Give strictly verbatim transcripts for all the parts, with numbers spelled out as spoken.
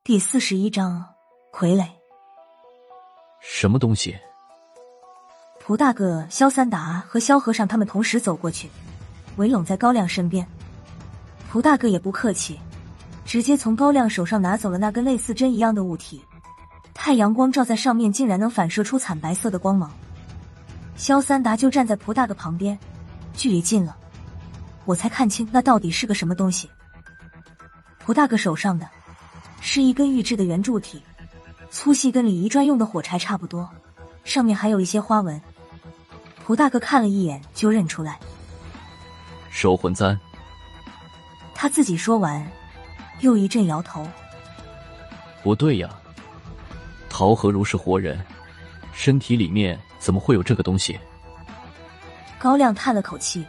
第四十一章傀儡。 什么东西？ 蒲大哥、萧三达和萧和尚他们同时走过去，围拢在高亮身边。蒲大哥也不客气，直接从高亮手上拿走了那根类似针一样的物体。太阳光照在上面，竟然能反射出惨白色的光芒。萧三达就站在蒲大哥旁边，距离近了，我才看清那到底是个什么东西。蒲大哥手上的是一根预制的圆柱体，粗细跟礼仪专用的火柴差不多，上面还有一些花纹。蒲大哥看了一眼就认出来， 守魂簪。 他自己说完又一阵摇头。 不对呀，陶和如是活人，身体里面怎么会有这个东西？ 高亮叹了口气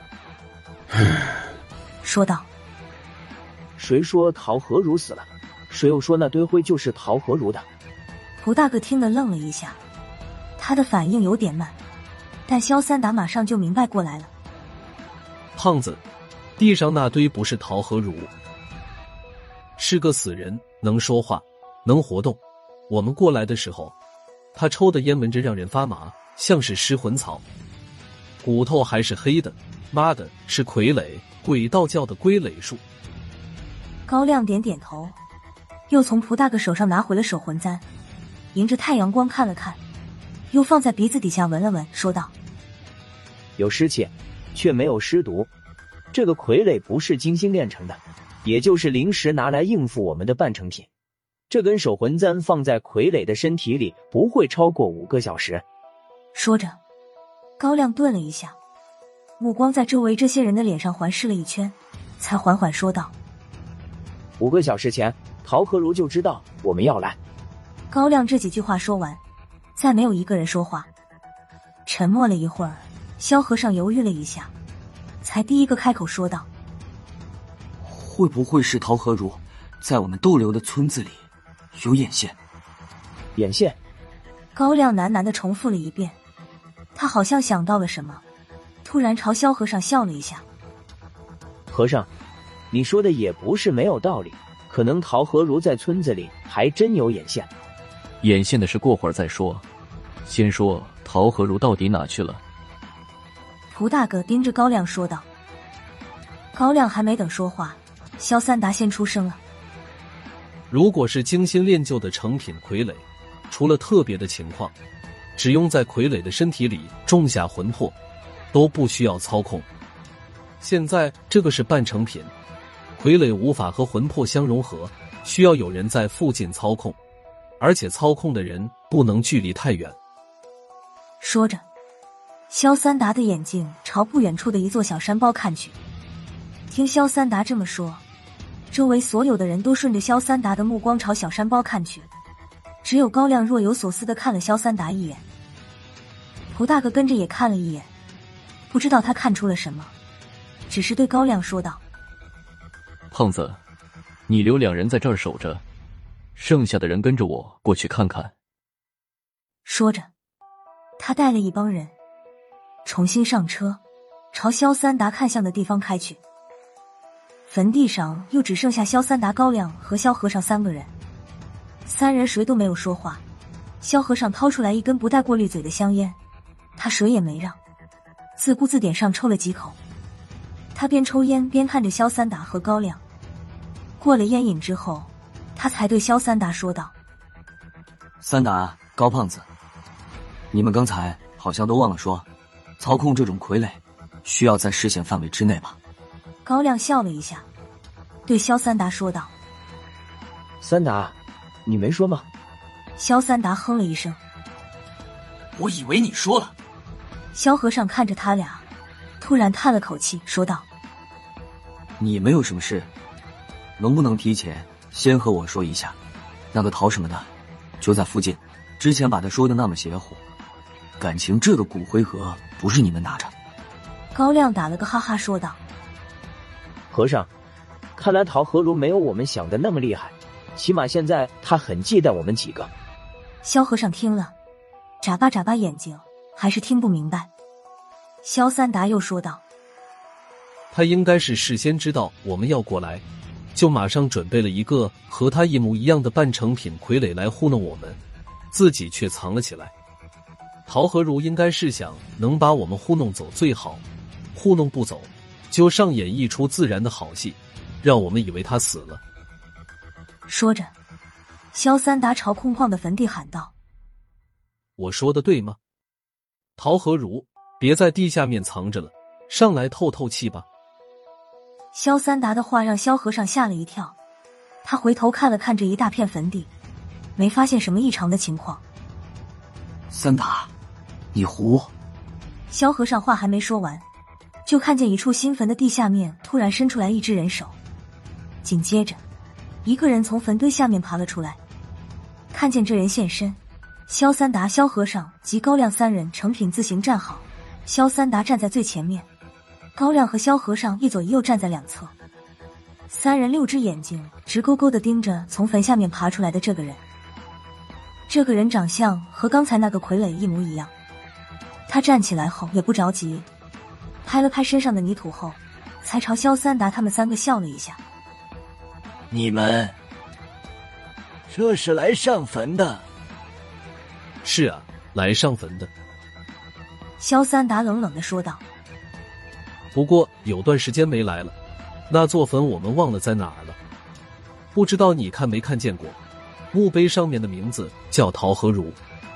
说道， 谁说陶和如死了？谁又说那堆灰就是陶和如的？ 蒲大哥听了愣了一下，他的反应有点慢，但萧三达马上就明白过来了。 胖子，地上那堆不是陶和如，是个死人，能说话，能活动。我们过来的时候，他抽的烟闻着让人发麻，像是尸魂草，骨头还是黑的。妈的，是傀儡，鬼道教的归类术。 高亮点点头，又从蒲大哥手上拿回了守魂簪，迎着太阳光看了看，又放在鼻子底下闻了闻，说道， 有湿气却没有湿毒，这个傀儡不是精心炼成的，也就是临时拿来应付我们的半成品。这根守魂簪放在傀儡的身体里不会超过五个小时。 说着，高亮顿了一下，目光在周围这些人的脸上环视了一圈，才缓缓说道， 五个小时前陶和如就知道我们要来。 高亮这几句话说完，再没有一个人说话。沉默了一会儿，萧和尚犹豫了一下，才第一个开口说道， 会不会是陶和如在我们逗留的村子里有眼线？ 眼线？ 高亮喃喃地重复了一遍，他好像想到了什么，突然朝萧和尚笑了一下。 和尚，你说的也不是没有道理，可能陶和如在村子里还真有眼线。 眼线的事过会儿再说，先说陶和如到底哪去了？ 蒲大哥盯着高亮说道。高亮还没等说话，萧三达先出声了。 如果是精心炼就的成品傀儡，除了特别的情况，只用在傀儡的身体里种下魂魄，都不需要操控。现在这个是半成品，傀儡无法和魂魄相融合，需要有人在附近操控，而且操控的人不能距离太远。 说着，萧三达的眼睛朝不远处的一座小山包看去。听萧三达这么说，周围所有的人都顺着萧三达的目光朝小山包看去，只有高亮若有所思地看了萧三达一眼。蒲大哥跟着也看了一眼，不知道他看出了什么，只是对高亮说道， 胖子，你留两人在这儿守着，剩下的人跟着我过去看看。 说着，他带了一帮人重新上车，朝萧三达看向的地方开去。坟地上又只剩下萧三达、高亮和萧和尚三个人，三人谁都没有说话。萧和尚掏出来一根不带过滤嘴的香烟，他谁也没让，自顾自点上抽了几口。他边抽烟边看着萧三达和高亮，过了烟瘾之后，他才对萧三达说道， 三达、高胖子，你们刚才好像都忘了说，操控这种傀儡需要在视线范围之内吧？ 高亮笑了一下，对萧三达说道， 三达，你没说吗？ 萧三达哼了一声， 我以为你说了。 萧和尚看着他俩，突然叹了口气说道， 你没有什么事，能不能提前先和我说一下？那个陶什么的就在附近，之前把他说的那么邪乎，感情这个骨灰盒不是你们拿着？ 高亮打了个哈哈说道， 和尚，看来陶和如没有我们想的那么厉害，起码现在他很忌惮我们几个。 萧和尚听了，眨巴眨巴眼睛，还是听不明白。萧三达又说道， 他应该是事先知道我们要过来， 就马上准备了一个和他一模一样的半成品傀儡来糊弄我们，自己却藏了起来。陶和如应该是想能把我们糊弄走最好，糊弄不走就上演一出自然的好戏，让我们以为他死了。 说着，萧三达朝空旷的坟地喊道： 我说的对吗？陶和如，别在地下面藏着了，上来透透气吧。 萧三达的话让萧和尚吓了一跳，他回头看了看这一大片坟地，没发现什么异常的情况。 三达，你胡！ 萧和尚话还没说完，就看见一处新坟的地下面突然伸出来一只人手，紧接着一个人从坟堆下面爬了出来。看见这人现身，萧三达、萧和尚及高亮三人成品字形站好，萧三达站在最前面，高亮和萧和尚一左一右站在两侧。三人六只眼睛直勾勾地盯着从坟下面爬出来的这个人。这个人长相和刚才那个傀儡一模一样。他站起来后也不着急，拍了拍身上的泥土后，才朝萧三达他们三个笑了一下。 你们这是来上坟的？ 是啊，来上坟的。 萧三达冷冷地说道。 不过有段时间没来了，那座坟我们忘了在哪儿了，不知道你看没看见过，墓碑上面的名字叫陶和如。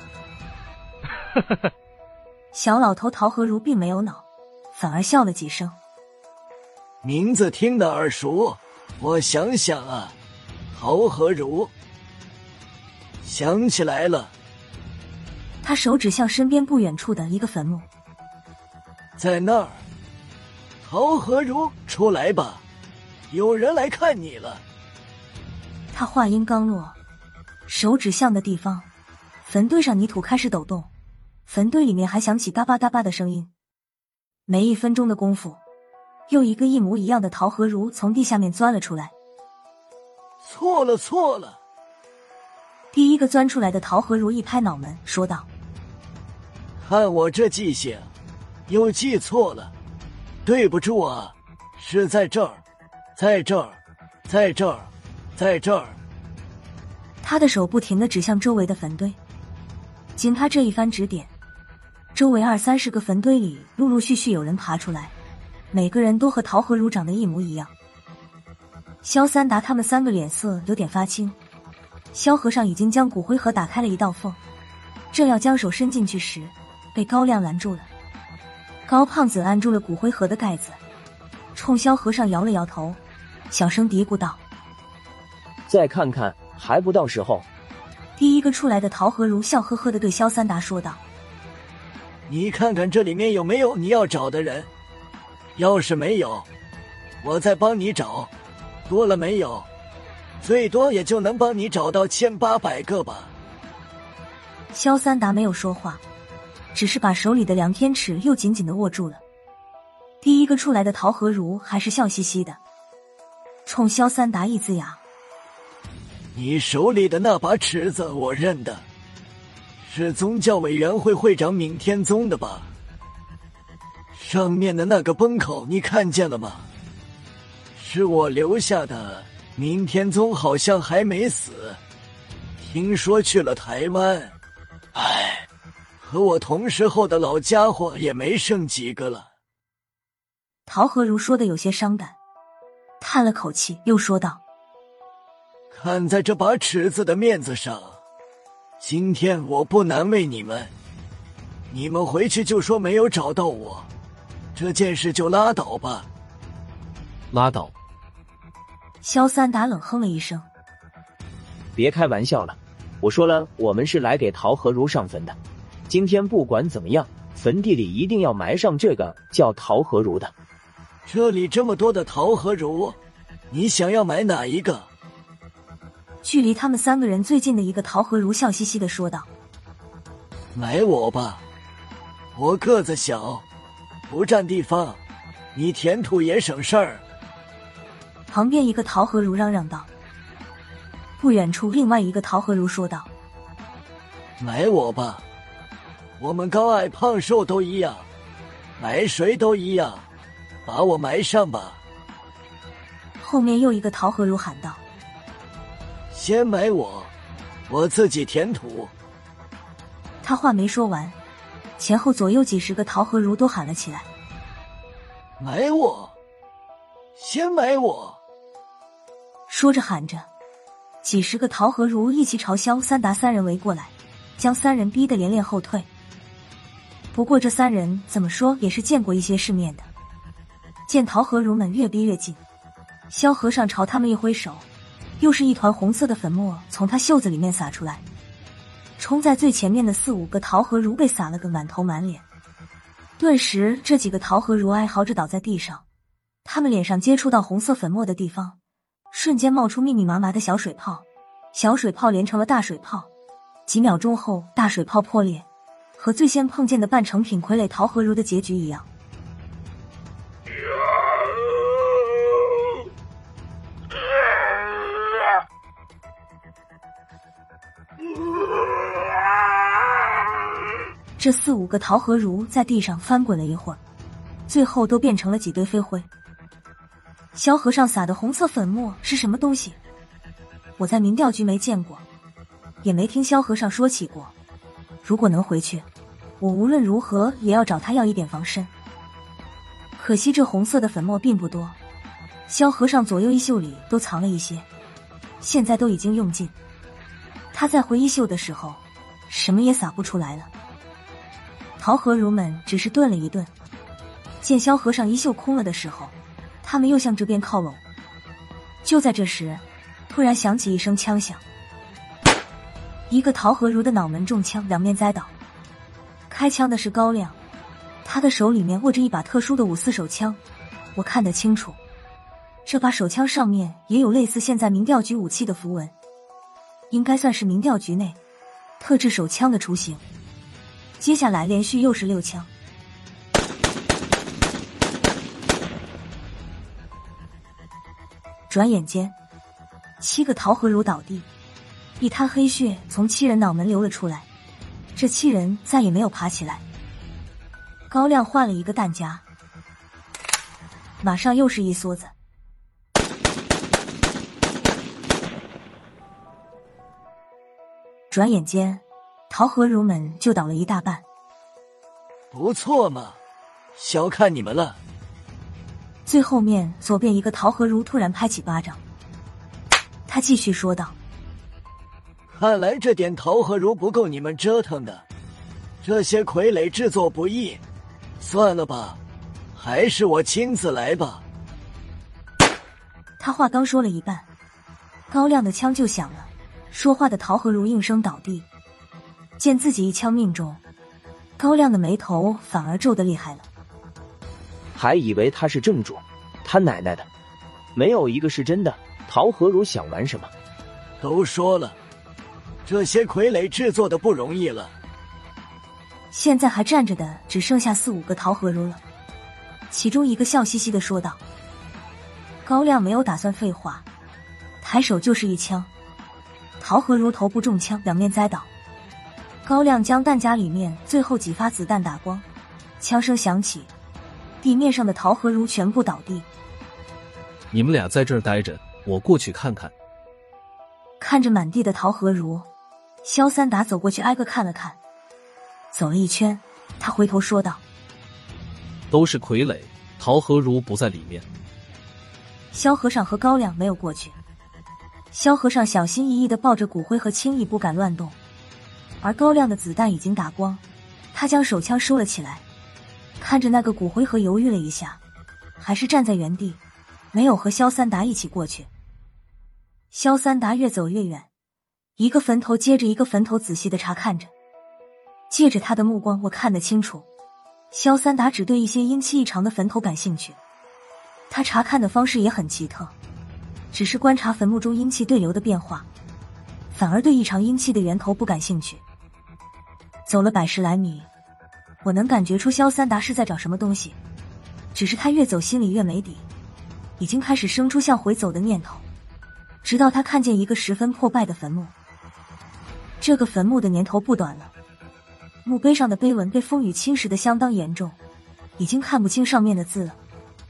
小老头陶和如并没有恼，反而笑了几声。 名字听得耳熟，我想想啊，陶和如，想起来了。 他手指向身边不远处的一个坟墓， 在那儿。陶和如，出来吧，有人来看你了。 他话音刚落，手指向的地方，坟堆上泥土开始抖动，坟堆里面还响起嘎巴嘎巴的声音。没一分钟的功夫，又一个一模一样的陶和如从地下面钻了出来。 错了错了！ 第一个钻出来的陶和如一拍脑门说道： 看我这记性，又记错了，对不住啊，是在这儿，在这儿，在这儿，在这儿。 他的手不停地指向周围的坟堆，经他这一番指点，周围二三十个坟堆里陆陆续续有人爬出来，每个人都和陶和如长得一模一样。萧三达他们三个脸色有点发青，萧和尚已经将骨灰盒打开了一道缝，正要将手伸进去时，被高亮拦住了。高胖子按住了骨灰盒的盖子，冲萧和尚摇了摇头，小声嘀咕道： 再看看，还不到时候。 第一个出来的陶和如笑呵呵地对萧三达说道： 你看看这里面有没有你要找的人，要是没有，我再帮你找，多了没有，最多也就能帮你找到千八百个吧。 萧三达没有说话，只是把手里的量天尺又紧紧地握住了。第一个出来的陶和如还是笑嘻嘻的，冲萧三达一呲牙： 你手里的那把尺子我认得，是宗教委员会会长闵天宗的吧？上面的那个崩口你看见了吗？是我留下的，闵天宗好像还没死，听说去了台湾。唉，和我同时候的老家伙也没剩几个了。 陶和如说的有些伤感，叹了口气又说道： 看在这把尺子的面子上，今天我不难为你们，你们回去就说没有找到我，这件事就拉倒吧。 拉倒。 萧三达冷哼了一声： 别开玩笑了，我说了，我们是来给陶和如上坟的，今天不管怎么样，坟地里一定要埋上这个叫陶和如的。 这里这么多的陶和如，你想要买哪一个？ 距离他们三个人最近的一个陶和如笑嘻嘻地说道： 买我吧，我个子小，不占地方，你填土也省事儿。 旁边一个陶和如嚷嚷道。不远处另外一个陶和如说道： 买我吧，我们高矮胖瘦都一样，埋谁都一样，把我埋上吧。 后面又一个桃核如喊道：“ 先埋我，我自己填土。” 他话没说完，前后左右几十个桃核如都喊了起来：“ 埋我，先埋我！” 说着喊着，几十个桃核如一起朝萧三达三人围过来，将三人逼得连连后退。不过这三人怎么说也是见过一些世面的，见桃核如们越逼越近，萧和尚朝他们一挥手，又是一团红色的粉末从他袖子里面洒出来，冲在最前面的四五个桃核如被洒了个满头满脸。顿时这几个桃核如哀嚎着倒在地上，他们脸上接触到红色粉末的地方瞬间冒出密密麻麻的小水泡，小水泡连成了大水泡，几秒钟后大水泡破裂，和最先碰见的半成品傀儡桃核如的结局一样。这四五个桃核如在地上翻滚了一会儿，最后都变成了几堆飞灰。萧和尚撒的红色粉末是什么东西？我在民调局没见过，也没听萧和尚说起过。如果能回去，我无论如何也要找他要一点防身。可惜这红色的粉末并不多，萧和尚左右衣袖里都藏了一些，现在都已经用尽。他在回衣袖的时候，什么也撒不出来了。桃核如们只是顿了一顿，见萧和尚衣袖空了的时候，他们又向这边靠拢。就在这时，突然响起一声枪响，一个桃核如的脑门中枪，两面栽倒。开枪的是高亮，他的手里面握着一把特殊的五四手枪，我看得清楚，这把手枪上面也有类似现在民调局武器的符文，应该算是民调局内特制手枪的雏形。接下来连续又是六枪，转眼间七个桃核如倒地，一滩黑血从七人脑门流了出来，这七人再也没有爬起来。高亮换了一个弹夹，马上又是一梭子。转眼间桃核如们就倒了一大半。 不错嘛，小看你们了。 最后面左边一个桃核如突然拍起巴掌，他继续说道： 看来这点桃核如不够你们折腾的，这些傀儡制作不易，算了吧，还是我亲自来吧。 他话刚说了一半，高亮的枪就响了，说话的桃核如应声倒地。见自己一枪命中，高亮的眉头反而皱得厉害了。 还以为他是正主，他奶奶的，没有一个是真的。桃核如想玩什么？ 都说了，这些傀儡制作的不容易了。 现在还站着的只剩下四五个桃核如了。其中一个笑嘻嘻地说道。高亮没有打算废话，抬手就是一枪，桃核如头部中枪，两面栽倒。高亮将弹夹里面最后几发子弹打光，枪声响起，地面上的桃核如全部倒地。 你们俩在这儿待着，我过去看看。 看着满地的桃核如，萧三达走过去挨个看了看，走了一圈，他回头说道： 都是傀儡，桃核如不在里面。 萧和尚和高亮没有过去，萧和尚小心翼翼地抱着骨灰盒，轻易不敢乱动，而高亮的子弹已经打光，他将手枪收了起来，看着那个骨灰盒犹豫了一下，还是站在原地，没有和萧三达一起过去。萧三达越走越远，一个坟头接着一个坟头仔细地查看着，借着他的目光，我看得清楚，萧三达只对一些阴气异常的坟头感兴趣。他查看的方式也很奇特，只是观察坟墓中阴气对流的变化，反而对异常阴气的源头不感兴趣。走了百十来米，我能感觉出萧三达是在找什么东西，只是他越走心里越没底，已经开始生出向回走的念头。直到他看见一个十分破败的坟墓，这个坟墓的年头不短了，墓碑上的碑文被风雨侵蚀得相当严重，已经看不清上面的字了。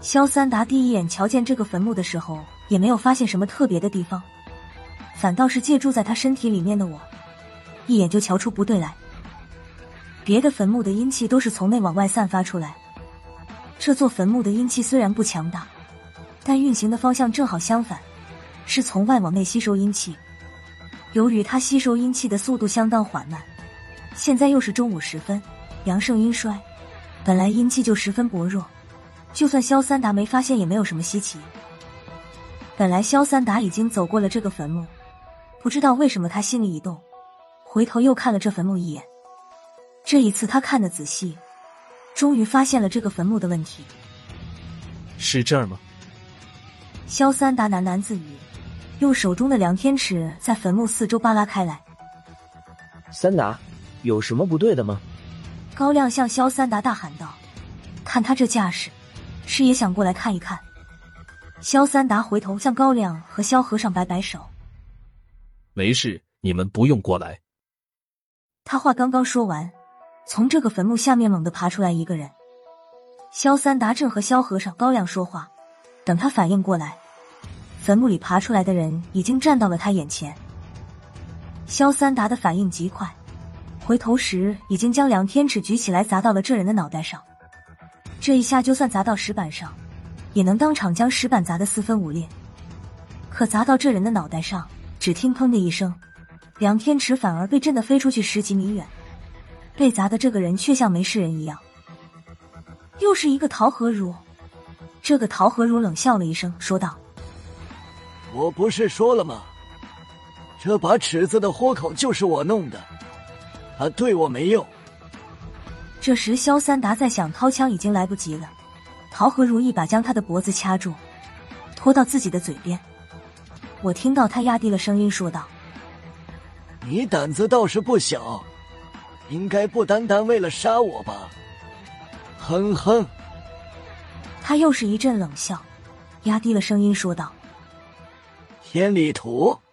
萧三达第一眼瞧见这个坟墓的时候，也没有发现什么特别的地方，反倒是借住在他身体里面的我，一眼就瞧出不对来。别的坟墓的阴气都是从内往外散发出来，这座坟墓的阴气虽然不强大，但运行的方向正好相反，是从外往内吸收阴气。由于它吸收阴气的速度相当缓慢，现在又是中午时分，阳盛阴衰，本来阴气就十分薄弱，就算萧三达没发现也没有什么稀奇。本来萧三达已经走过了这个坟墓，不知道为什么他心里一动，回头又看了这坟墓一眼。这一次他看得仔细，终于发现了这个坟墓的问题。 是这儿吗？ 萧三达喃喃自语，用手中的量天尺在坟墓四周扒拉开来。 三达，有什么不对的吗？ 高亮向萧三达大喊道，看他这架势，是也想过来看一看。萧三达回头向高亮和萧和尚摆摆手， 没事，你们不用过来。 他话刚刚说完，从这个坟墓下面猛地爬出来一个人。萧三达正和萧和尚、高亮说话，等他反应过来，坟墓里爬出来的人已经站到了他眼前。萧三达的反应极快，回头时已经将量天尺举起来砸到了这人的脑袋上。这一下就算砸到石板上，也能当场将石板砸得四分五裂。可砸到这人的脑袋上，只听砰的一声，量天尺反而被震得飞出去十几米远。被砸的这个人却像没事人一样。又是一个陶和如。这个陶和如冷笑了一声，说道： 我不是说了吗？这把尺子的豁口就是我弄的，他对我没用。 这时萧三达在想掏枪已经来不及了，陶和如一把将他的脖子掐住，拖到自己的嘴边。我听到他压低了声音说道： 你胆子倒是不小，应该不单单为了杀我吧？哼哼。 他又是一阵冷笑，压低了声音说道： 天理图。